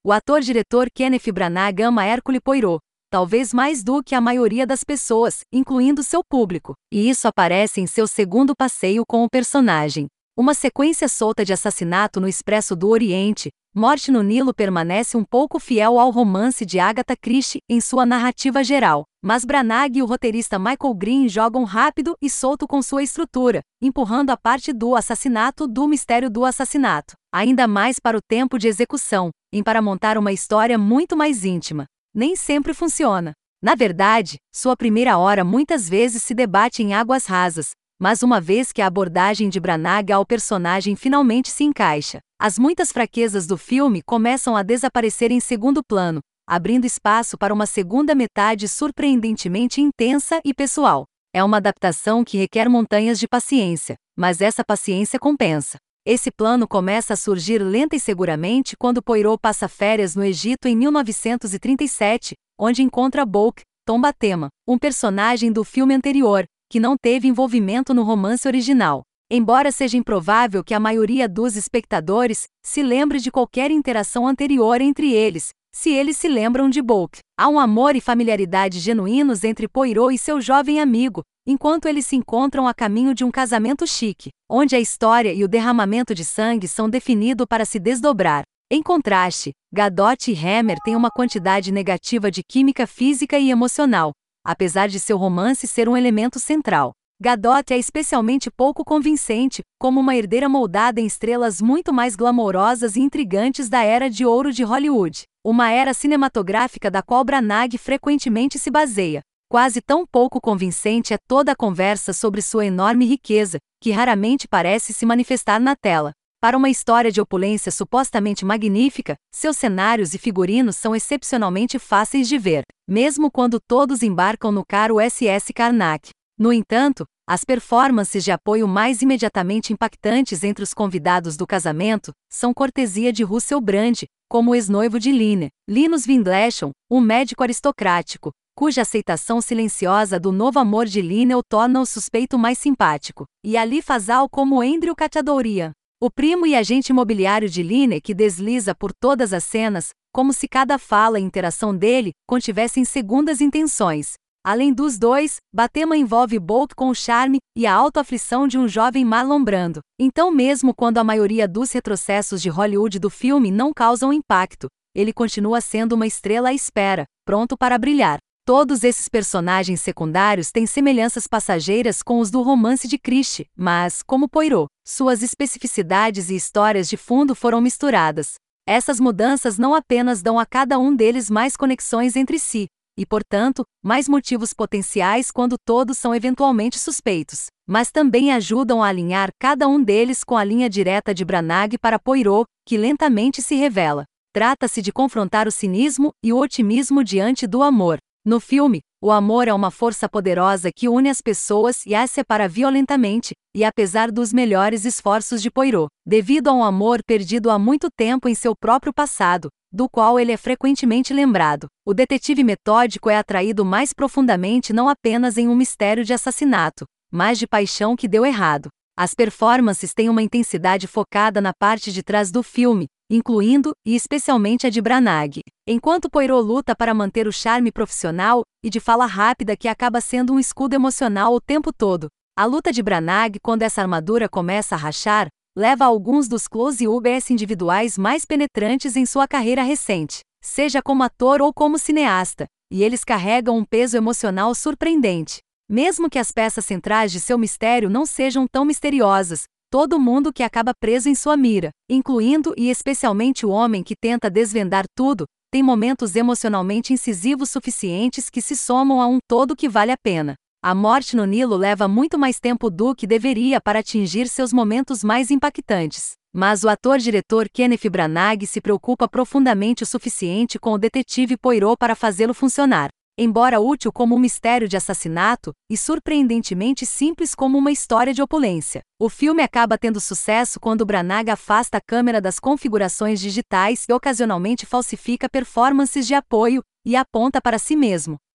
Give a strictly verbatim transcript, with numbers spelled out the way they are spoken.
O ator-diretor Kenneth Branagh ama Hercule Poirot, talvez mais do que a maioria das pessoas, incluindo seu público, e isso aparece em seu segundo passeio com o personagem. Uma sequência solta de assassinato no Expresso do Oriente, Morte no Nilo permanece um pouco fiel ao romance de Agatha Christie em sua narrativa geral, mas Branagh e o roteirista Michael Green jogam rápido e solto com sua estrutura, empurrando a parte do assassinato do mistério do assassinato, ainda mais para o tempo de execução, em para montar uma história muito mais íntima. Nem sempre funciona. Na verdade, sua primeira hora muitas vezes se debate em águas rasas, mas uma vez que a abordagem de Branagh ao personagem finalmente se encaixa, as muitas fraquezas do filme começam a desaparecer em segundo plano, abrindo espaço para uma segunda metade surpreendentemente intensa e pessoal. É uma adaptação que requer montanhas de paciência, mas essa paciência compensa. Esse plano começa a surgir lenta e seguramente quando Poirot passa férias no Egito em mil novecentos e trinta e sete, onde encontra Bouc, Tom Batema, um personagem do filme anterior, que não teve envolvimento no romance original. Embora seja improvável que a maioria dos espectadores se lembre de qualquer interação anterior entre eles, se eles se lembram de Bouc, há um amor e familiaridade genuínos entre Poirot e seu jovem amigo, enquanto eles se encontram a caminho de um casamento chique, onde a história e o derramamento de sangue são definidos para se desdobrar. Em contraste, Gadot e Hammer têm uma quantidade negativa de química física e emocional, apesar de seu romance ser um elemento central. Gadot é especialmente pouco convincente, como uma herdeira moldada em estrelas muito mais glamourosas e intrigantes da Era de Ouro de Hollywood, uma era cinematográfica da qual Branagh frequentemente se baseia. Quase tão pouco convincente é toda a conversa sobre sua enorme riqueza, que raramente parece se manifestar na tela. Para uma história de opulência supostamente magnífica, seus cenários e figurinos são excepcionalmente fáceis de ver, mesmo quando todos embarcam no caro U S S Karnak. No entanto, as performances de apoio mais imediatamente impactantes entre os convidados do casamento são cortesia de Russell Brand, como o ex-noivo de Line, Linus Vindlesham, um médico aristocrático, cuja aceitação silenciosa do novo amor de Line o torna o suspeito mais simpático, e Ali Fazal como Andrew Cacciadoria, o primo e agente imobiliário de Line que desliza por todas as cenas, como se cada fala e interação dele contivessem segundas intenções. Além dos dois, Batema envolve Bouc com o charme e a autoaflição de um jovem Marlon Brando. Então mesmo quando a maioria dos retrocessos de Hollywood do filme não causam impacto, ele continua sendo uma estrela à espera, pronto para brilhar. Todos esses personagens secundários têm semelhanças passageiras com os do romance de Christie, mas, como Poirot, suas especificidades e histórias de fundo foram misturadas. Essas mudanças não apenas dão a cada um deles mais conexões entre si, e, portanto, mais motivos potenciais quando todos são eventualmente suspeitos, mas também ajudam a alinhar cada um deles com a linha direta de Branagh para Poirot, que lentamente se revela. Trata-se de confrontar o cinismo e o otimismo diante do amor. No filme, o amor é uma força poderosa que une as pessoas e as separa violentamente, e apesar dos melhores esforços de Poirot, devido a um amor perdido há muito tempo em seu próprio passado, do qual ele é frequentemente lembrado, o detetive metódico é atraído mais profundamente não apenas em um mistério de assassinato, mas de paixão que deu errado. As performances têm uma intensidade focada na parte de trás do filme, incluindo e especialmente a de Branagh, enquanto Poirot luta para manter o charme profissional e de fala rápida que acaba sendo um escudo emocional o tempo todo. A luta de Branagh quando essa armadura começa a rachar, leva a alguns dos close-ups individuais mais penetrantes em sua carreira recente, seja como ator ou como cineasta, e eles carregam um peso emocional surpreendente. Mesmo que as peças centrais de seu mistério não sejam tão misteriosas, todo mundo que acaba preso em sua mira, incluindo e especialmente o homem que tenta desvendar tudo, tem momentos emocionalmente incisivos suficientes que se somam a um todo que vale a pena. A Morte no Nilo leva muito mais tempo do que deveria para atingir seus momentos mais impactantes, mas o ator-diretor Kenneth Branagh se preocupa profundamente o suficiente com o detetive Poirot para fazê-lo funcionar. Embora útil como um mistério de assassinato, e surpreendentemente simples como uma história de opulência, o filme acaba tendo sucesso quando Branagh afasta a câmera das configurações digitais e ocasionalmente falsifica performances de apoio, e aponta para si mesmo,